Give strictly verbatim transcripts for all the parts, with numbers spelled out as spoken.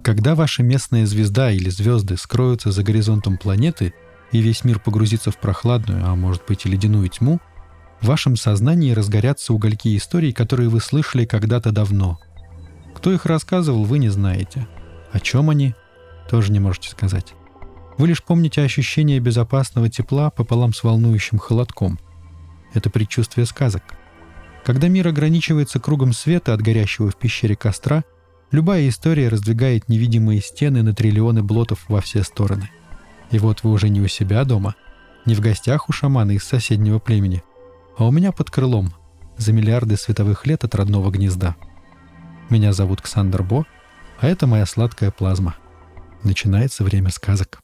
Когда ваша местная звезда или звезды скроются за горизонтом планеты и весь мир погрузится в прохладную, а может быть и ледяную тьму, в вашем сознании разгорятся угольки историй, которые вы слышали когда-то давно. Кто их рассказывал, вы не знаете. О чем они, тоже не можете сказать. Вы лишь помните ощущение безопасного тепла пополам с волнующим холодком. Это предчувствие сказок. Когда мир ограничивается кругом света от горящего в пещере костра, любая история раздвигает невидимые стены на триллионы блотов во все стороны. И вот вы уже не у себя дома, не в гостях у шамана из соседнего племени, а у меня под крылом, за миллиарды световых лет от родного гнезда. Меня зовут Ксандр Бо, а это моя сладкая плазма. Начинается время сказок.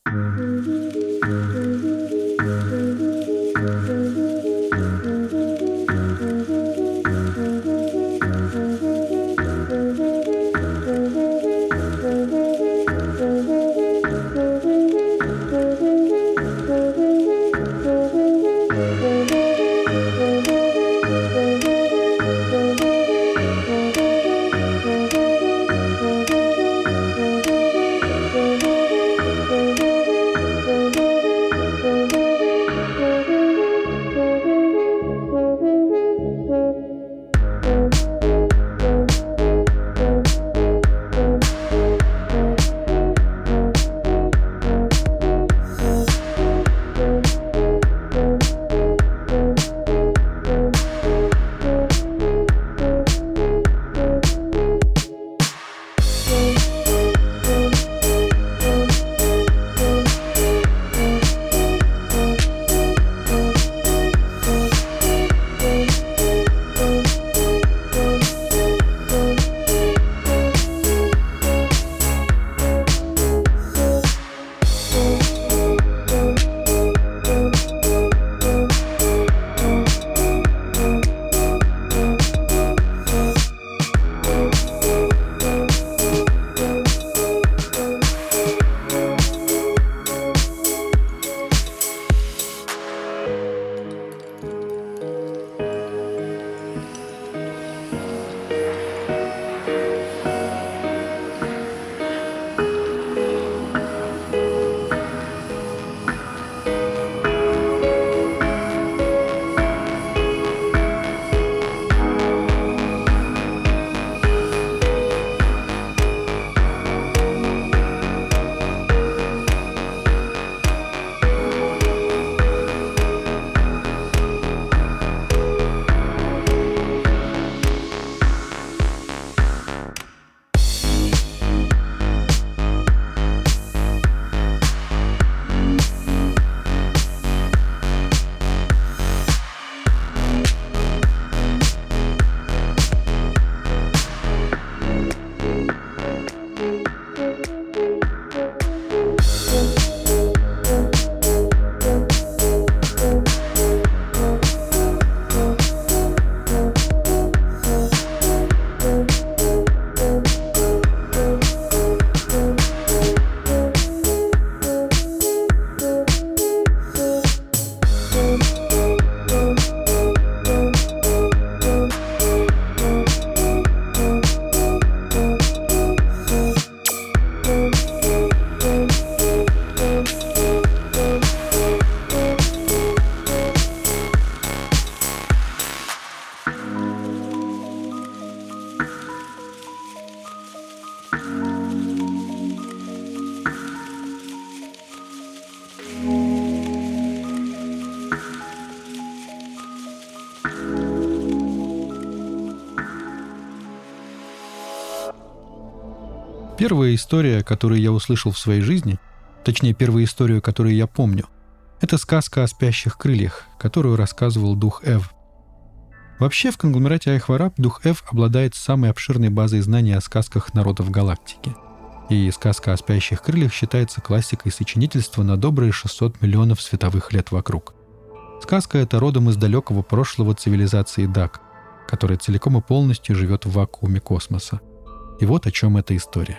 Первая история, которую я услышал в своей жизни, точнее, первую историю, которую я помню, это сказка о спящих крыльях, которую рассказывал дух Эв. Вообще, в конгломерате Айхвараб дух Эв обладает самой обширной базой знаний о сказках народов галактики. И сказка о спящих крыльях считается классикой сочинительства на добрые шестьсот миллионов световых лет вокруг. Сказка эта родом из далекого прошлого цивилизации Дак, которая целиком и полностью живет в вакууме космоса. И вот о чем эта история.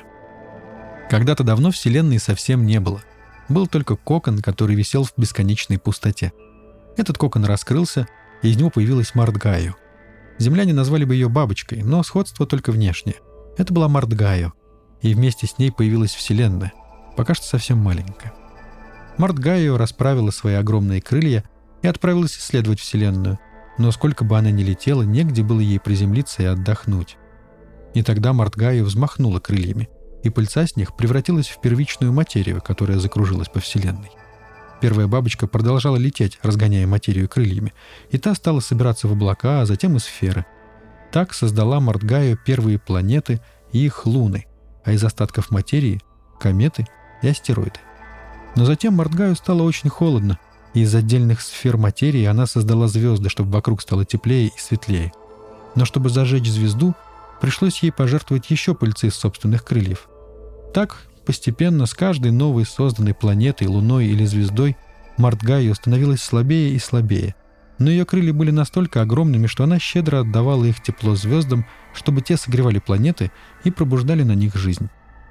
Когда-то давно Вселенной совсем не было. Был только кокон, который висел в бесконечной пустоте. Этот кокон раскрылся, и из него появилась Мардгайо. Земляне назвали бы ее бабочкой, но сходство только внешнее. Это была Мардгайо. и вместе с ней появилась Вселенная, пока что совсем маленькая. Март-Гайо расправила свои огромные крылья и отправилась исследовать Вселенную, но сколько бы она ни летела, негде было ей приземлиться и отдохнуть. И тогда Март-Гайо взмахнула крыльями, и пыльца с них превратилась в первичную материю, которая закружилась по Вселенной. Первая бабочка продолжала лететь, разгоняя материю крыльями, и та стала собираться в облака, а затем и сферы. Так создала Март-Гайо первые планеты и их луны, а из остатков материи — кометы и астероиды. Но затем Март-Гайо стало очень холодно, и из отдельных сфер материи она создала звезды, чтобы вокруг стало теплее и светлее. Но чтобы зажечь звезду, пришлось ей пожертвовать еще пыльцы из собственных крыльев. Так, постепенно, с каждой новой созданной планетой, луной или звездой Март-Гайо становилась слабее и слабее. Но ее крылья были настолько огромными, что она щедро отдавала их тепло звездам, чтобы те согревали планеты и пробуждали на них жизнь.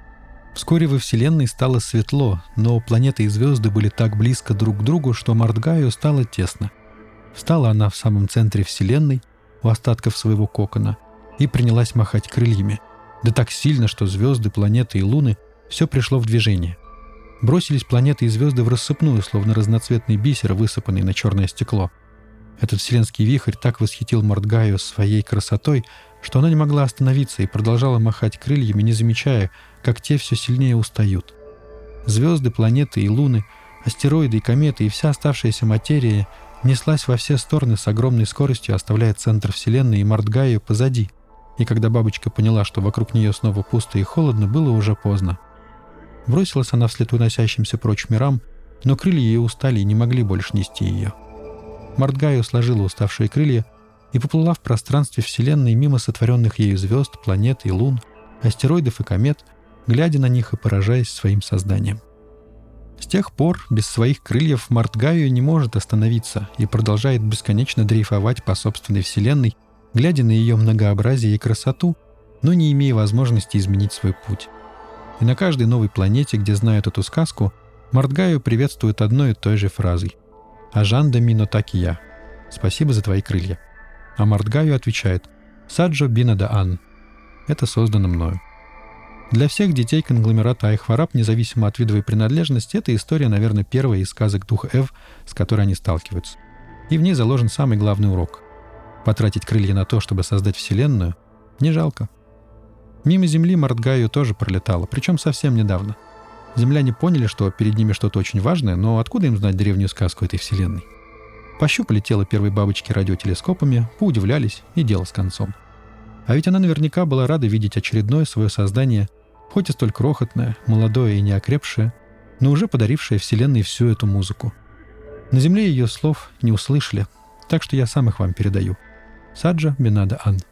Вскоре во Вселенной стало светло, но планеты и звезды были так близко друг к другу, что Март-Гайо стало тесно. Встала она в самом центре Вселенной, у остатков своего кокона, и принялась махать крыльями. Да так сильно, что звезды, планеты и луны — все пришло в движение. Бросились планеты и звезды в рассыпную, словно разноцветный бисер, высыпанный на черное стекло. Этот вселенский вихрь так восхитил Март-Гайо своей красотой, что она не могла остановиться и продолжала махать крыльями, не замечая, как те все сильнее устают. Звезды, планеты и луны, астероиды и кометы и вся оставшаяся материя неслась во все стороны с огромной скоростью, оставляя центр Вселенной и Март-Гайо позади. И когда бабочка поняла, что вокруг нее снова пусто и холодно, было уже поздно. Бросилась она вслед уносящимся прочь мирам, но крылья ее устали и не могли больше нести ее. Март-Гайо сложила уставшие крылья и поплыла в пространстве Вселенной мимо сотворенных ею звезд, планет и лун, астероидов и комет, глядя на них и поражаясь своим созданием. С тех пор без своих крыльев Март-Гайо не может остановиться и продолжает бесконечно дрейфовать по собственной Вселенной, глядя на ее многообразие и красоту, но не имея возможности изменить свой путь. И на каждой новой планете, где знают эту сказку, Март-Гайо приветствует одной и той же фразой: «Ажанда мино такия» — «Спасибо за твои крылья». А Март-Гайо отвечает: «Саджо бина да ан» — «Это создано мною». Для всех детей конгломерата Айхвараб, независимо от видовой принадлежности, эта история, наверное, первая из сказок Дух Эв, с которой они сталкиваются. И в ней заложен самый главный урок. Потратить крылья на то, чтобы создать Вселенную, не жалко. Мимо Земли Март-Гайо тоже пролетала, причем совсем недавно. Земляне поняли, что перед ними что-то очень важное, но откуда им знать древнюю сказку этой Вселенной? Пощупали тело первой бабочки радиотелескопами, поудивлялись, и дело с концом. А ведь она наверняка была рада видеть очередное свое создание, хоть и столь крохотное, молодое и неокрепшее, но уже подарившее Вселенной всю эту музыку. На Земле ее слов не услышали, так что я сам их вам передаю. Саджа бина да ан.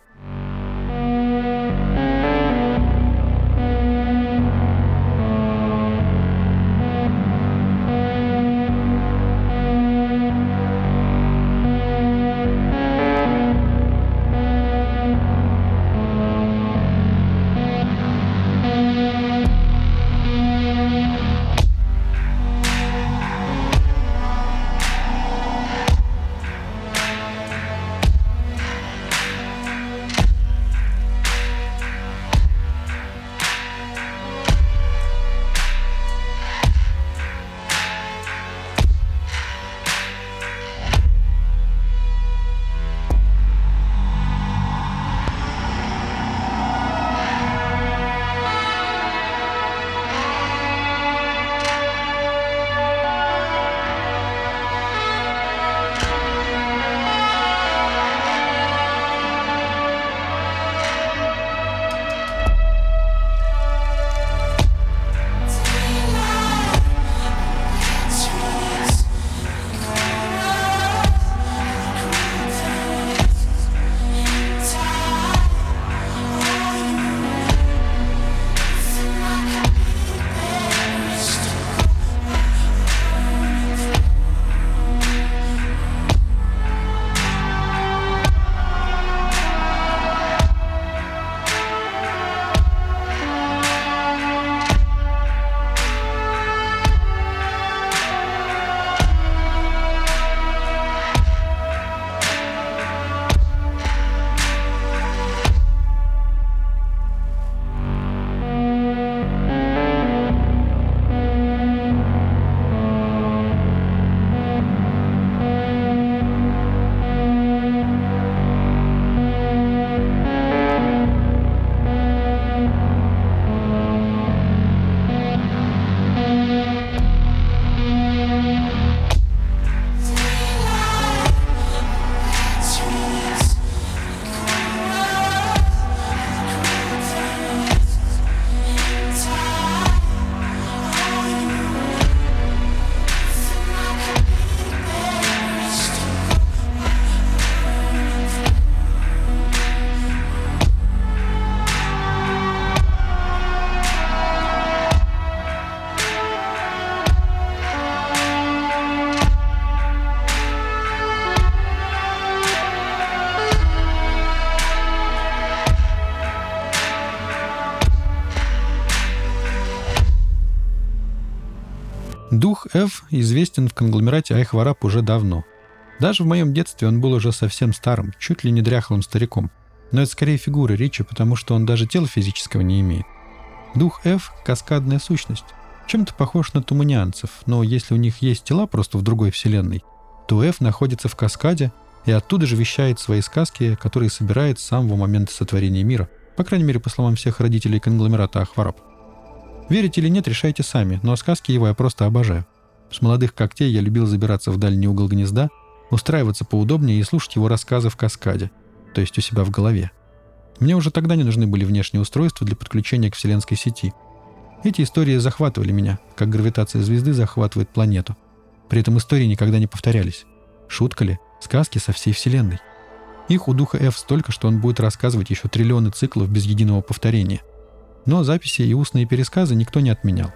Дух Эв известен в конгломерате Айхвараб уже давно. Даже в моем детстве он был уже совсем старым, чуть ли не дряхлым стариком. Но это скорее фигура речи, потому что он даже тела физического не имеет. Дух Эв — каскадная сущность. Чем-то похож на туманианцев, но если у них есть тела просто в другой вселенной, то Эв находится в каскаде и оттуда же вещает свои сказки, которые собирает с самого момента сотворения мира, по крайней мере, по словам всех родителей конгломерата Ахвараб. Верите или нет, решайте сами, но сказки его я просто обожаю. С молодых когтей я любил забираться в дальний угол гнезда, устраиваться поудобнее и слушать его рассказы в каскаде, то есть у себя в голове. Мне уже тогда не нужны были внешние устройства для подключения к вселенской сети. Эти истории захватывали меня, как гравитация звезды захватывает планету. При этом истории никогда не повторялись. Шутка ли? Сказки со всей вселенной. Их у духа Эв столько, что он будет рассказывать еще триллионы циклов без единого повторения. Но записи и устные пересказы никто не отменял.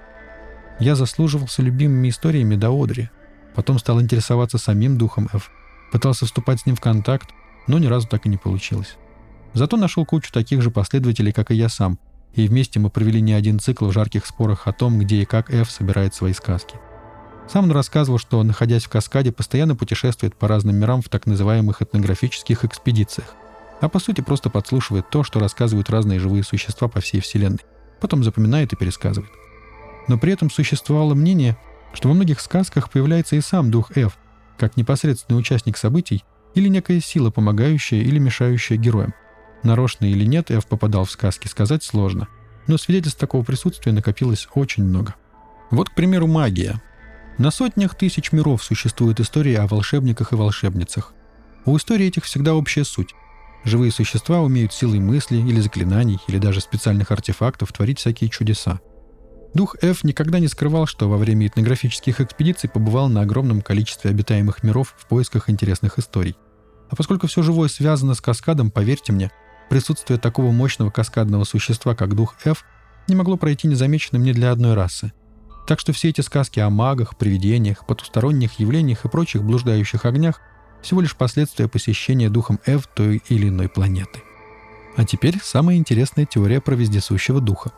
Я заслуживался любимыми историями до одури. Потом стал интересоваться самим духом Эв. Пытался вступать с ним в контакт, но ни разу так и не получилось. Зато нашел кучу таких же последователей, как и я сам, и вместе мы провели не один цикл в жарких спорах о том, где и как Эв собирает свои сказки. Сам он рассказывал, что, находясь в каскаде, постоянно путешествует по разным мирам в так называемых этнографических экспедициях, а по сути просто подслушивает то, что рассказывают разные живые существа по всей Вселенной, потом запоминает и пересказывает. Но при этом существовало мнение, что во многих сказках появляется и сам дух Эв, как непосредственный участник событий или некая сила, помогающая или мешающая героям. Нарочно или нет Эв попадал в сказки, сказать сложно, но свидетельств такого присутствия накопилось очень много. Вот, к примеру, магия. На сотнях тысяч миров существуют истории о волшебниках и волшебницах. У историй этих всегда общая суть. Живые существа умеют силой мысли или заклинаний, или даже специальных артефактов творить всякие чудеса. Дух Эв никогда не скрывал, что во время этнографических экспедиций побывал на огромном количестве обитаемых миров в поисках интересных историй. А поскольку все живое связано с каскадом, поверьте мне, присутствие такого мощного каскадного существа, как дух Эв, не могло пройти незамеченным ни для одной расы. Так что все эти сказки о магах, привидениях, потусторонних явлениях и прочих блуждающих огнях всего лишь последствия посещения духом Эв той или иной планеты. А теперь самая интересная теория про вездесущего духа.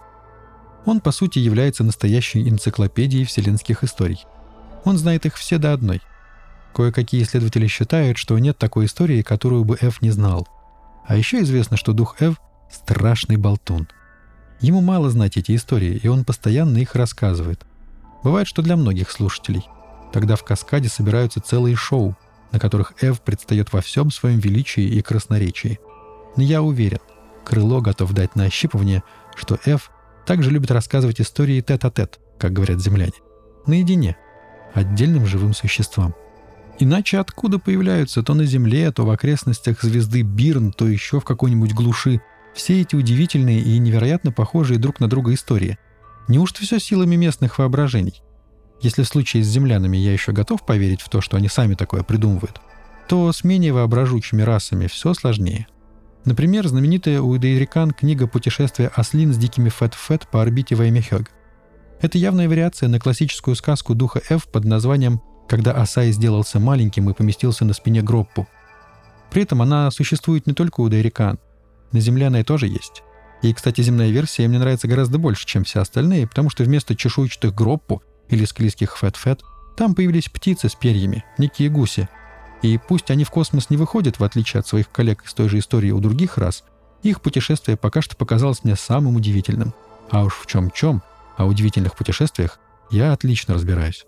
Он, по сути, является настоящей энциклопедией вселенских историй. Он знает их все до одной. Кое-какие исследователи считают, что нет такой истории, которую бы Эв не знал. А еще известно, что дух Эв — страшный болтун. Ему мало знать эти истории, и он постоянно их рассказывает. Бывает, что для многих слушателей. Тогда в каскаде собираются целые шоу, на которых Эв предстает во всем своем величии и красноречии. Но я уверен, Крыло готов дать на ощипывание, что Эв также любит рассказывать истории тет-а-тет, как говорят земляне, наедине, отдельным живым существам. Иначе откуда появляются то на Земле, то в окрестностях звезды Бирн, то еще в какой-нибудь глуши все эти удивительные и невероятно похожие друг на друга истории? Неужто все силами местных воображений? Если в случае с землянами я еще готов поверить в то, что они сами такое придумывают, то с менее воображучими расами все сложнее. Например, знаменитая у идаирикан книга «Путешествие ослин с дикими фет-фет по орбите Ваймехёг». Это явная вариация на классическую сказку духа Эв под названием «Когда Асай сделался маленьким и поместился на спине Гроппу». При этом она существует не только у идаирикан. На земляной тоже есть. И, кстати, земная версия мне нравится гораздо больше, чем все остальные, потому что вместо чешуйчатых Гроппу или склизких фет-фет там появились птицы с перьями, некие гуси. И пусть они в космос не выходят, в отличие от своих коллег из той же истории у других рас, их путешествие пока что показалось мне самым удивительным. А уж в чем-чем, о удивительных путешествиях я отлично разбираюсь.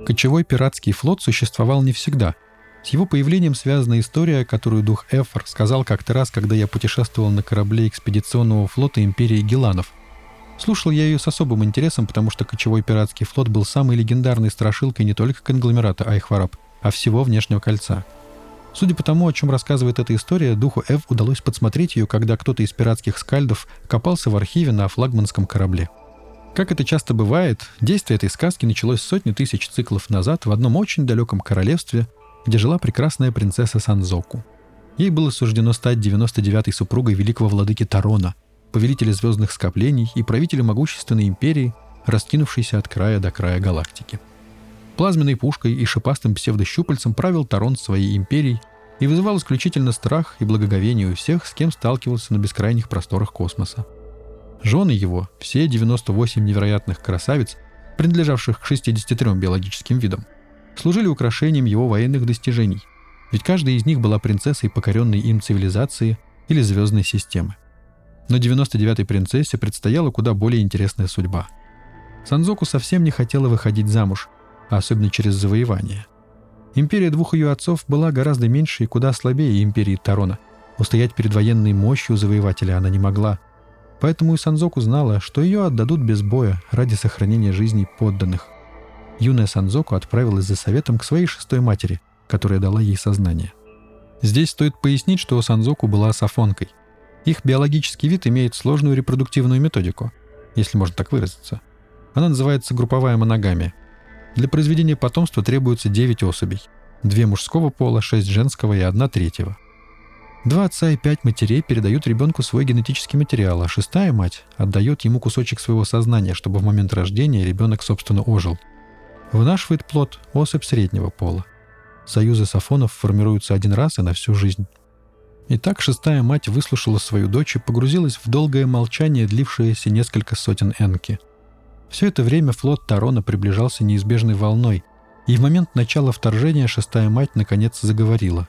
Кочевой пиратский флот существовал не всегда. С его появлением связана история, которую дух Эфор сказал как-то раз, когда я путешествовал на корабле экспедиционного флота империи Геланов. Слушал я ее с особым интересом, потому что кочевой пиратский флот был самой легендарной страшилкой не только конгломерата Айхвараб, а всего внешнего кольца. Судя по тому, о чем рассказывает эта история, духу Эв удалось подсмотреть ее, когда кто-то из пиратских скальдов копался в архиве на флагманском корабле. Как это часто бывает, действие этой сказки началось сотни тысяч циклов назад в одном очень далеком королевстве, где жила прекрасная принцесса Санзоку. Ей было суждено стать девяносто девятой супругой великого владыки Тарона, повелителя звездных скоплений и правителя могущественной империи, раскинувшейся от края до края галактики. Плазменной пушкой и шипастым псевдощупальцем правил Тарон своей империей и вызывал исключительно страх и благоговение у всех, с кем сталкивался на бескрайних просторах космоса. Жены его, все девяносто восемь невероятных красавиц, принадлежавших к шестидесяти трем биологическим видам, служили украшением его военных достижений, ведь каждая из них была принцессой покоренной им цивилизации или звездной системы. Но девяносто девятой принцессе предстояла куда более интересная судьба. Санзоку совсем не хотела выходить замуж, а особенно через завоевание. Империя двух ее отцов была гораздо меньше и куда слабее империи Тарона. Устоять перед военной мощью завоевателя она не могла. Поэтому и Санзоку знала, что ее отдадут без боя ради сохранения жизней подданных. Юная Санзоку отправилась за советом к своей шестой матери, которая дала ей сознание. Здесь стоит пояснить, что Санзоку была сафонкой. Их биологический вид имеет сложную репродуктивную методику, если можно так выразиться. Она называется групповая моногамия. Для произведения потомства требуется девять особей. Две мужского пола, шесть женского и одна третьего. Два отца и пять матерей передают ребенку свой генетический материал, а шестая мать отдает ему кусочек своего сознания, чтобы в момент рождения ребенок, собственно, ожил. Вынашивает плод особь среднего пола. Союзы сафонов формируются один раз и на всю жизнь. Итак, шестая мать выслушала свою дочь и погрузилась в долгое молчание, длившееся несколько сотен энки. Все это время флот Тарона приближался неизбежной волной, и в момент начала вторжения шестая мать наконец заговорила.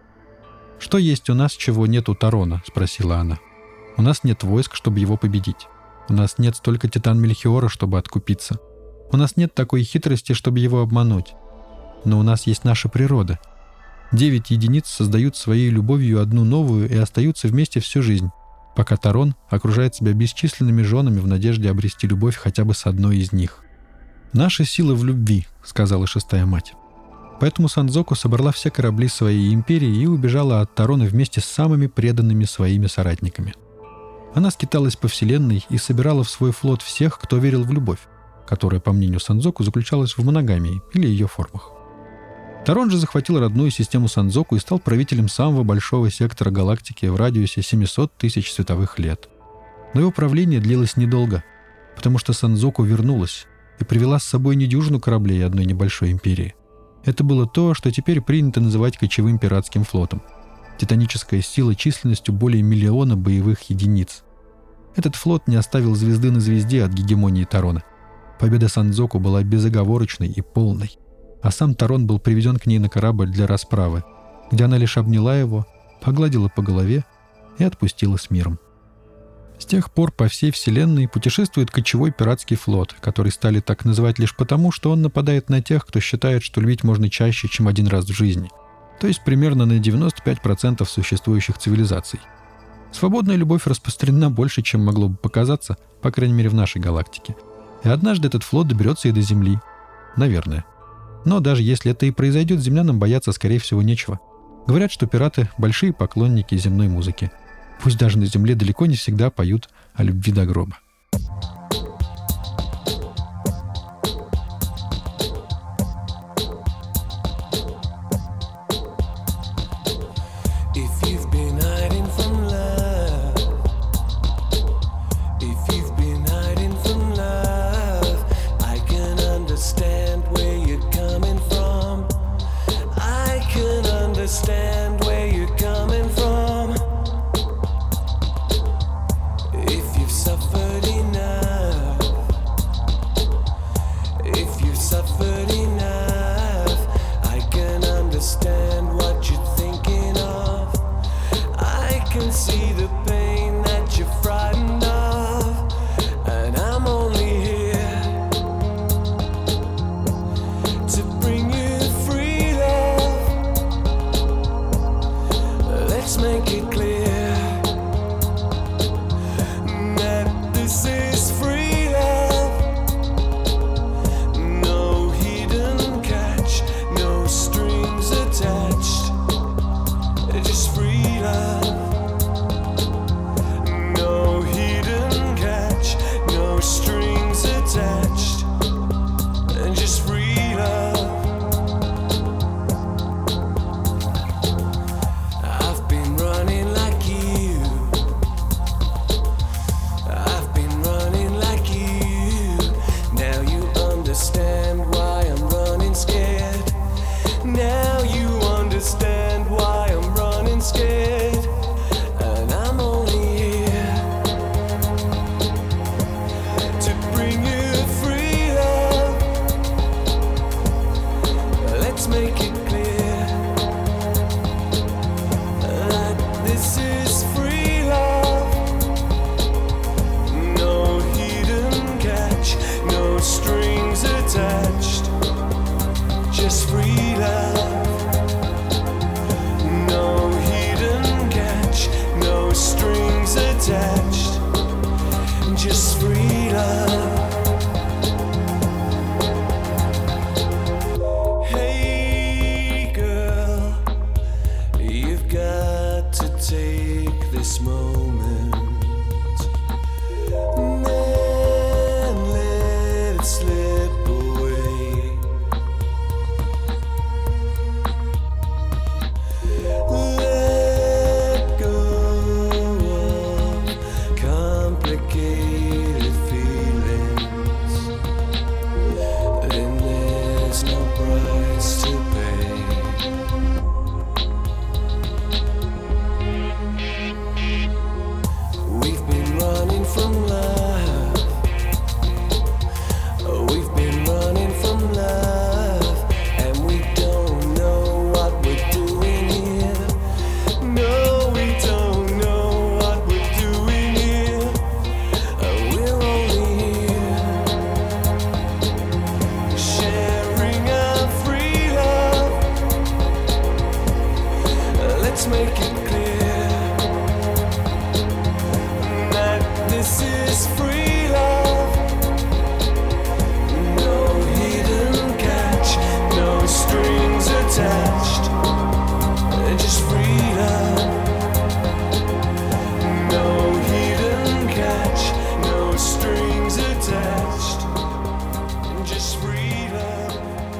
«Что есть у нас, чего нет у Тарона?» — спросила она. «У нас нет войск, чтобы его победить. У нас нет столько титан Мельхиора, чтобы откупиться. У нас нет такой хитрости, чтобы его обмануть. Но у нас есть наша природа. Девять единиц создают своей любовью одну новую и остаются вместе всю жизнь, пока Тарон окружает себя бесчисленными женами в надежде обрести любовь хотя бы с одной из них. «Наша сила в любви», — сказала шестая мать. Поэтому Санзоку собрала все корабли своей империи и убежала от Тарона вместе с самыми преданными своими соратниками. Она скиталась по вселенной и собирала в свой флот всех, кто верил в любовь, которая, по мнению Санзоку, заключалась в моногамии или ее формах. Тарон же захватил родную систему Санзоку и стал правителем самого большого сектора галактики в радиусе семьсот тысяч световых лет. Но его правление длилось недолго, потому что Санзоку вернулась и привела с собой недюжину кораблей одной небольшой империи. Это было то, что теперь принято называть кочевым пиратским флотом. Титаническая сила численностью более миллиона боевых единиц. Этот флот не оставил звезды на звезде от гегемонии Тарона. Победа Санзоку была безоговорочной и полной. А сам Тарон был приведен к ней на корабль для расправы, где она лишь обняла его, погладила по голове и отпустила с миром. С тех пор по всей вселенной путешествует кочевой пиратский флот, который стали так называть лишь потому, что он нападает на тех, кто считает, что любить можно чаще, чем один раз в жизни, то есть примерно на девяносто пять процентов существующих цивилизаций. Свободная любовь распространена больше, чем могло бы показаться, по крайней мере в нашей галактике. И однажды этот флот доберется и до Земли. Наверное. Но даже если это и произойдет, землянам бояться, скорее всего, нечего. Говорят, что пираты – большие поклонники земной музыки. Пусть даже на Земле далеко не всегда поют о любви до гроба. Understand where you're coming from. If you've suffered enough, if you've suffered enough, I can understand what you're thinking of. I can see the pain that you're frightened of, and I'm only here to make it clear that this is free love. No hidden catch, no strings attached. Just free love. No hidden catch, no strings attached. And just free love. I've been running like you. I've been running like you. Now you understand why I'm running scared. Now you understand why I'm running scared. And I'm only here to bring you free love. Let's make it clear that this is free love. No hidden catch, no strings attached. Just free love. No hidden catch, no strings attached. Just free love. Hey girl, you've got to take this moment and then let it slip away. Let go of complicated feelings. Then there's no price to pay. We've been running from love. We've been running from love, and we don't know what we're doing here. No, we don't know what we're doing here. We're only here sharing our free love. Let's make it clear that this is free love. No hidden catch, no strings attached. Just free love. No hidden catch, no strings attached. Just free love.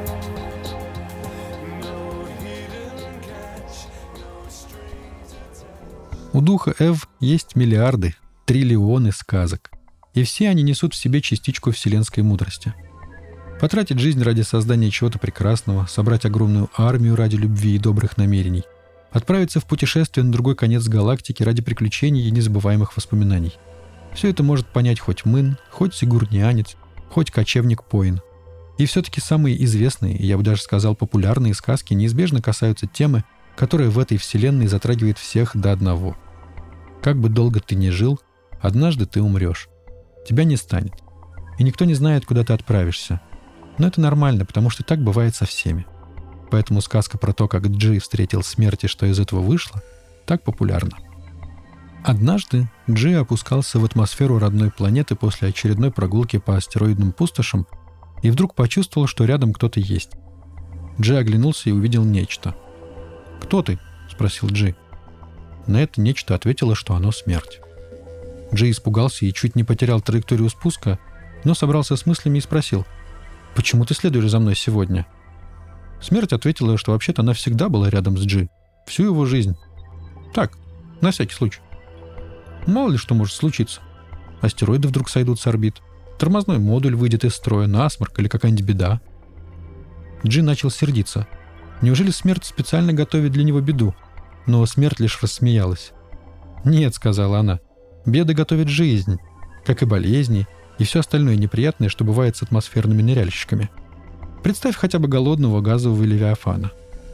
No hidden catch, no strings attached. У духа Эв есть миллиарды, триллионы сказок. И все они несут в себе частичку вселенской мудрости. Потратить жизнь ради создания чего-то прекрасного, собрать огромную армию ради любви и добрых намерений, отправиться в путешествие на другой конец галактики ради приключений и незабываемых воспоминаний. Все это может понять хоть Мын, хоть сигурнианец, хоть кочевник Поин. И все-таки самые известные, я бы даже сказал популярные сказки неизбежно касаются темы, которая в этой вселенной затрагивает всех до одного. Как бы долго ты ни жил, однажды ты умрешь. Тебя не станет. И никто не знает, куда ты отправишься. Но это нормально, потому что так бывает со всеми. Поэтому сказка про то, как Джи встретил смерть и что из этого вышло, так популярна. Однажды Джи опускался в атмосферу родной планеты после очередной прогулки по астероидным пустошам и вдруг почувствовал, что рядом кто-то есть. Джи оглянулся и увидел нечто. «Кто ты?» — спросил Джи. На это нечто ответило, что оно смерть. Джи испугался и чуть не потерял траекторию спуска, но собрался с мыслями и спросил: «Почему ты следуешь за мной сегодня?» Смерть ответила, что вообще-то она всегда была рядом с Джи. Всю его жизнь. Так, на всякий случай. Мало ли что может случиться. Астероиды вдруг сойдут с орбит. Тормозной модуль выйдет из строя, насморк или какая-нибудь беда. Джи начал сердиться. Неужели смерть специально готовит для него беду? Но смерть лишь рассмеялась. «Нет», — сказала она, — «беды готовит жизнь, как и болезни, и все остальное неприятное, что бывает с атмосферными ныряльщиками. Представь хотя бы голодного газового левиафана».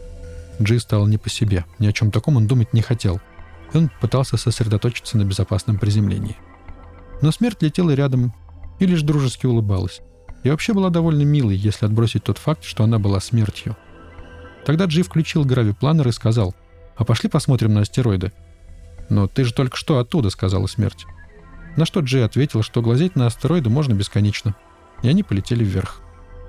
Джи стало не по себе, ни о чем таком он думать не хотел. И он пытался сосредоточиться на безопасном приземлении. Но смерть летела рядом и лишь дружески улыбалась. И вообще была довольно милой, если отбросить тот факт, что она была смертью. Тогда Джи включил гравипланер и сказал: А пошли посмотрим на астероиды. Но ты же только что оттуда, сказала смерть. На что Джи ответил, что глазеть на астероиды можно бесконечно. И они полетели вверх.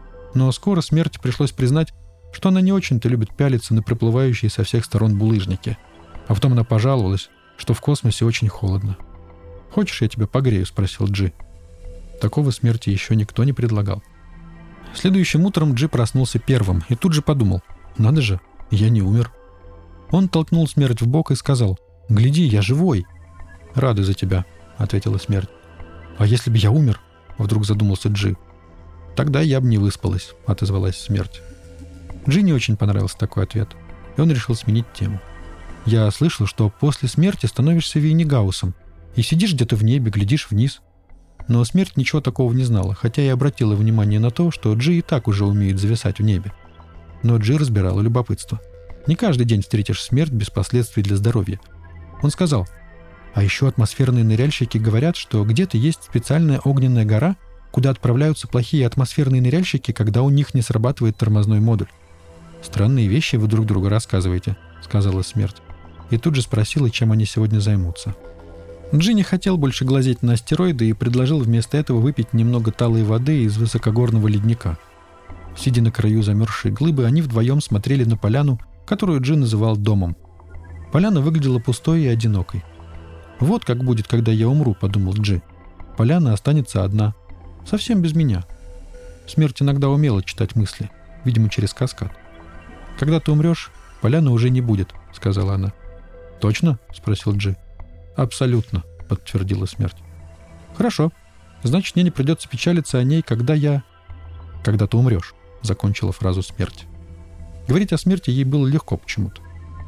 Но скоро смерти пришлось признать, что она не очень-то любит пялиться на приплывающие со всех сторон булыжники. А потом она пожаловалась, что в космосе очень холодно. «Хочешь, я тебя погрею?» — спросил Джи. Такого смерти еще никто не предлагал. Следующим утром Джи проснулся первым и тут же подумал: «Надо же, я не умер». Он толкнул смерть в бок и сказал: «Гляди, я живой». «Рады за тебя», — ответила смерть. «А если бы я умер?» — вдруг задумался Джи. «Тогда я бы не выспалась», — отозвалась смерть. Джи не очень понравился такой ответ, и он решил сменить тему. «Я слышал, что после смерти становишься Вейнигаусом и сидишь где-то в небе, глядишь вниз». Но смерть ничего такого не знала, хотя и обратила внимание на то, что Джи и так уже умеет зависать в небе. Но Джи разбирала любопытство. Не каждый день встретишь смерть без последствий для здоровья. Он сказал: «А еще атмосферные ныряльщики говорят, что где-то есть специальная огненная гора, куда отправляются плохие атмосферные ныряльщики, когда у них не срабатывает тормозной модуль». «Странные вещи вы друг другу рассказываете», — сказала смерть. И тут же спросила, чем они сегодня займутся. Джи не хотел больше глазеть на астероиды и предложил вместо этого выпить немного талой воды из высокогорного ледника. Сидя на краю замерзшей глыбы, они вдвоем смотрели на поляну, которую Джи называл домом. Поляна выглядела пустой и одинокой. «Вот как будет, когда я умру», — подумал Джи. «Поляна останется одна, совсем без меня». Смерть иногда умела читать мысли, видимо, через каскад. «Когда ты умрешь, поляны уже не будет», — сказала она. «Точно?» — спросил Джи. «Абсолютно», — подтвердила смерть. «Хорошо. Значит, мне не придется печалиться о ней, когда я...» «Когда ты умрешь», — закончила фразу смерть. Говорить о смерти ей было легко почему-то.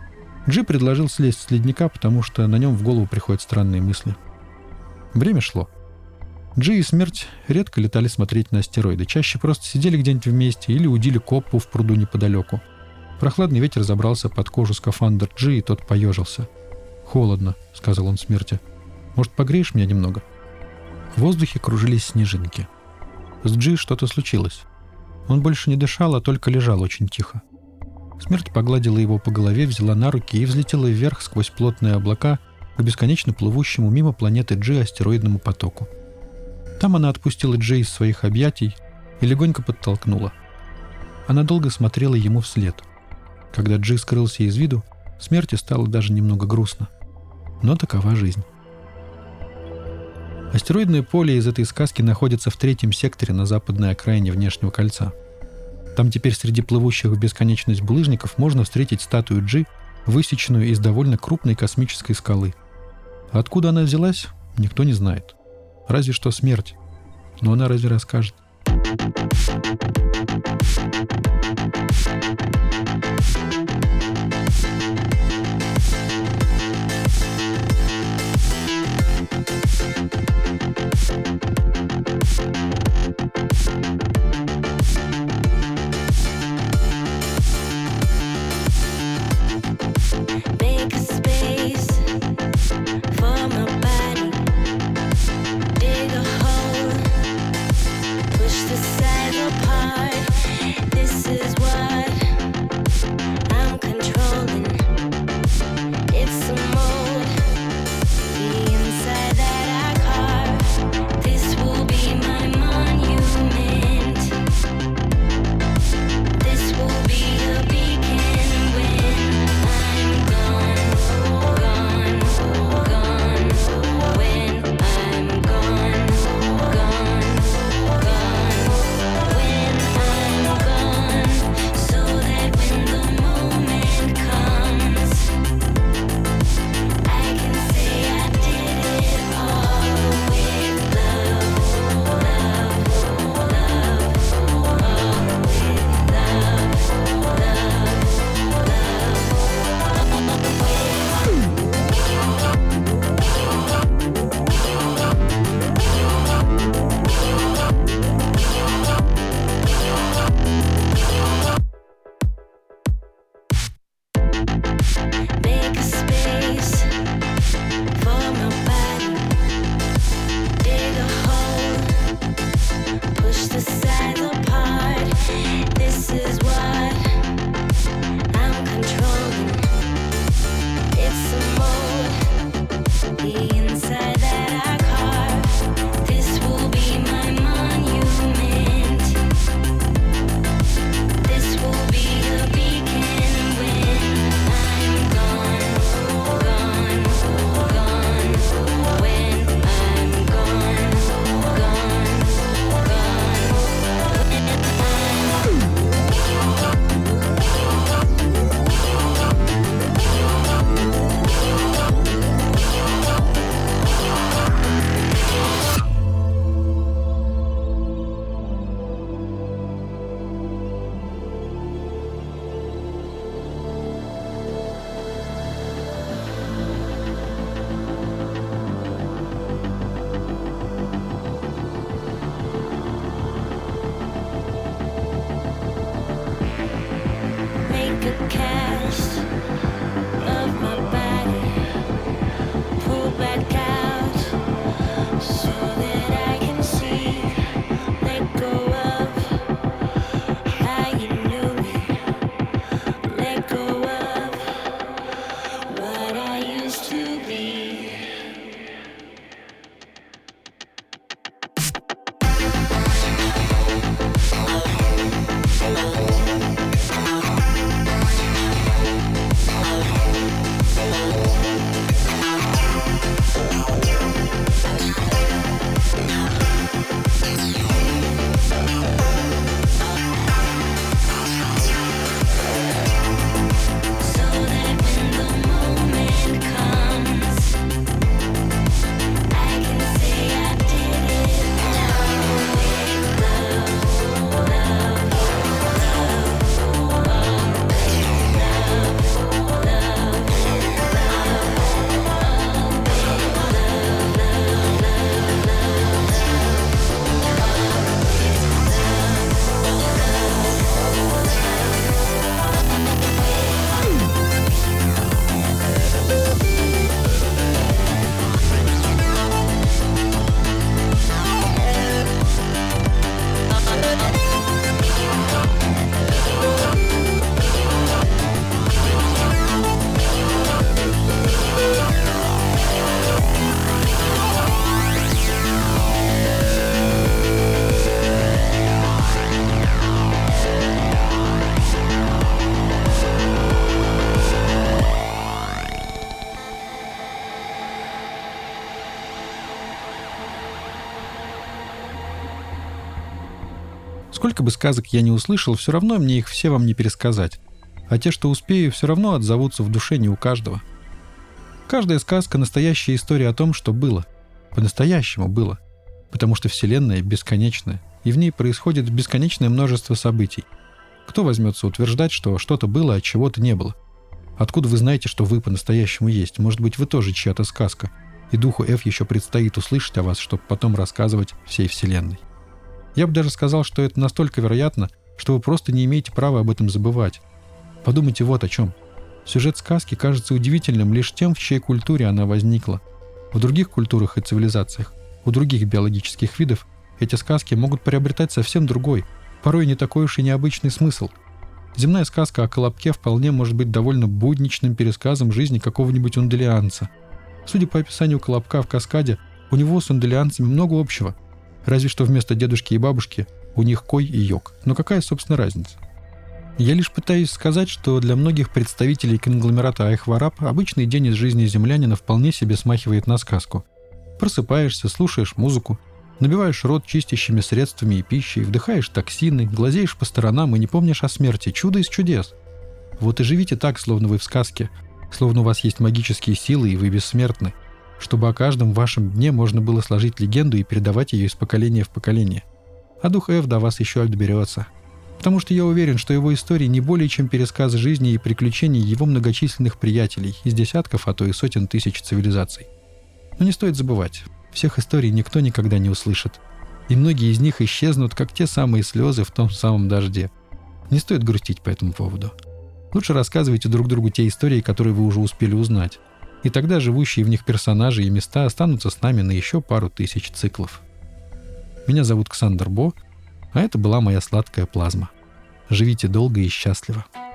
Джи предложил слезть с ледника, потому что на нем в голову приходят странные мысли. Время шло. Джи и смерть редко летали смотреть на астероиды, чаще просто сидели где-нибудь вместе или удили коппу в пруду неподалеку. Прохладный ветер забрался под кожу скафандр Джи, и тот поежился. «Холодно», — сказал он смерти. «Может, погреешь меня немного?» В воздухе кружились снежинки. С Джи что-то случилось. Он больше не дышал, а только лежал очень тихо. Смерть погладила его по голове, взяла на руки и взлетела вверх сквозь плотные облака к бесконечно плывущему мимо планеты Джи астероидному потоку. Там она отпустила Джи из своих объятий и легонько подтолкнула. Она долго смотрела ему вслед. Когда Джи скрылся из виду, смерти стало даже немного грустно. Но такова жизнь. Астероидное поле из этой сказки находится в третьем секторе на западной окраине внешнего кольца. Там теперь среди плывущих в бесконечность булыжников можно встретить статую Джи, высеченную из довольно крупной космической скалы. А откуда она взялась, никто не знает. Разве что смерть. Но она разве расскажет? Make a space for my body. Dig a hole, push the sail apart. Сколько бы сказок я не услышал, все равно мне их все вам не пересказать. А те, что успею, все равно отзовутся в душе не у каждого. Каждая сказка – настоящая история о том, что было. По-настоящему было. Потому что Вселенная бесконечная, и в ней происходит бесконечное множество событий. Кто возьмется утверждать, что что-то было, а чего-то не было? Откуда вы знаете, что вы по-настоящему есть? Может быть, вы тоже чья-то сказка, и духу F еще предстоит услышать о вас, чтобы потом рассказывать всей Вселенной. Я бы даже сказал, что это настолько вероятно, что вы просто не имеете права об этом забывать. Подумайте вот о чем. Сюжет сказки кажется удивительным лишь тем, в чьей культуре она возникла. В других культурах и цивилизациях, у других биологических видов, эти сказки могут приобретать совсем другой, порой не такой уж и необычный смысл. Земная сказка о Колобке вполне может быть довольно будничным пересказом жизни какого-нибудь унделианца. Судя по описанию Колобка в каскаде, у него с унделианцами много общего. Разве что вместо дедушки и бабушки у них кой и йог. Но какая, собственно, разница? Я лишь пытаюсь сказать, что для многих представителей конгломерата Айхвараб обычный день из жизни землянина вполне себе смахивает на сказку. Просыпаешься, слушаешь музыку, набиваешь рот чистящими средствами и пищей, вдыхаешь токсины, глазеешь по сторонам и не помнишь о смерти. Чудо из чудес. Вот и живите так, словно вы в сказке, словно у вас есть магические силы и вы бессмертны, чтобы о каждом вашем дне можно было сложить легенду и передавать ее из поколения в поколение. А дух F до вас еще доберется. Потому что я уверен, что его истории не более чем пересказ жизни и приключений его многочисленных приятелей из десятков, а то и сотен тысяч цивилизаций. Но не стоит забывать, всех историй никто никогда не услышит. И многие из них исчезнут, как те самые слезы в том самом дожде. Не стоит грустить по этому поводу. Лучше рассказывайте друг другу те истории, которые вы уже успели узнать. И тогда живущие в них персонажи и места останутся с нами на еще пару тысяч циклов. Меня зовут Ксандр Бо, а это была моя сладкая плазма. Живите долго и счастливо.